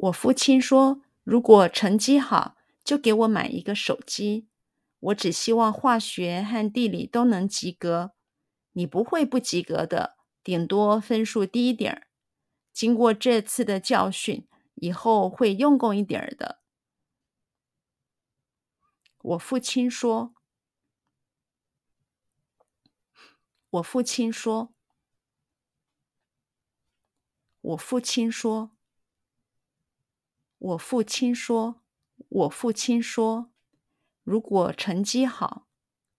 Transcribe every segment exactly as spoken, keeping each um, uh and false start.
我父亲说，如果成绩好，就给我买一个手机。我只希望化学和地理都能及格。你不会不及格的，顶多分数低一点儿。经过这次的教训，以后会用功一点儿的。我父亲说，我父亲说，我父亲说，我父亲说，我父亲说，如果成绩好，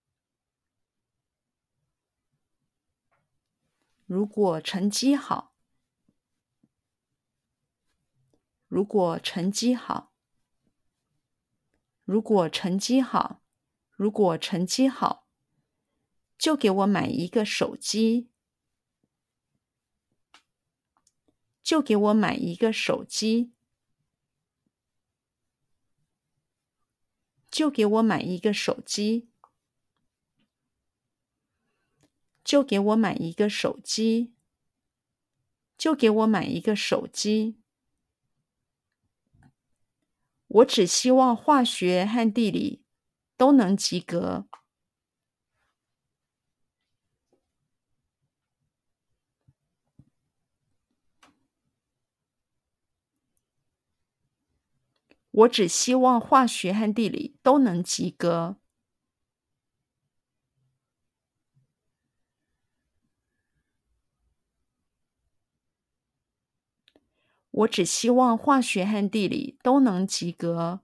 如果成绩好，如果成绩好，如果成绩好，如果成绩好，就给我买一个手机，就给我买一个手机，就给我买一个手机，就给我买一个手机，就给我买一个手机。我只希望化学和地理都能及格。我只希望化学和地理都能及格。我只希望化学和地理都能及格。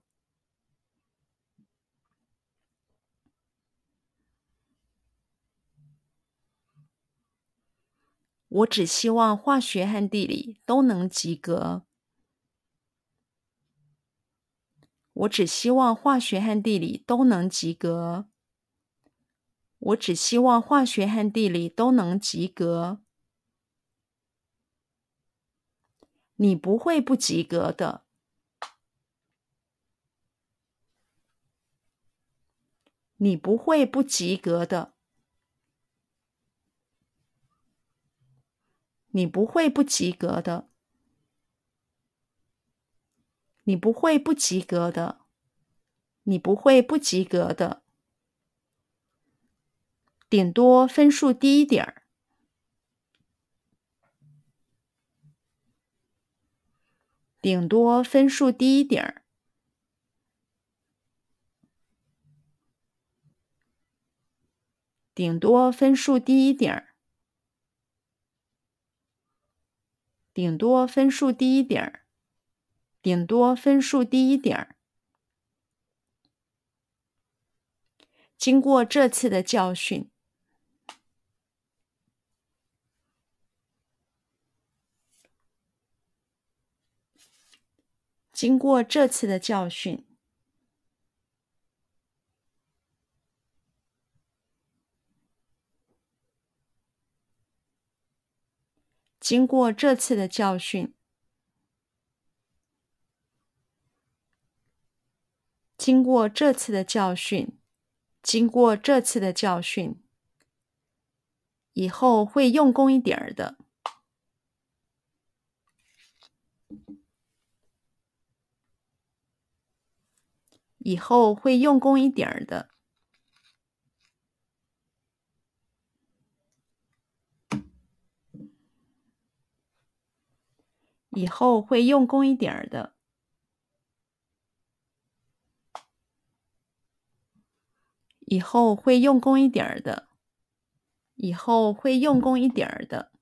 我只希望化学和地理都能及格。我只希望化学和地理都能及格。我只希望化学和地理都能及格。你不会不及格的。你不会不及格的。你不会不及格的。你不会不及格的。你不会不及格的。顶多分数低一点儿。顶多分数低一点儿。顶多分数低一点儿。顶多分数低一点儿。顶多分数低一点儿。经过这次的教训，经过这次的教训，经过这次的教训，经过这次的教训，经过这次的教训，以后会用功一点儿的。以后会用功一点儿的。以后会用功一点儿的。以后会用功一点儿的。以后会用功一点儿的。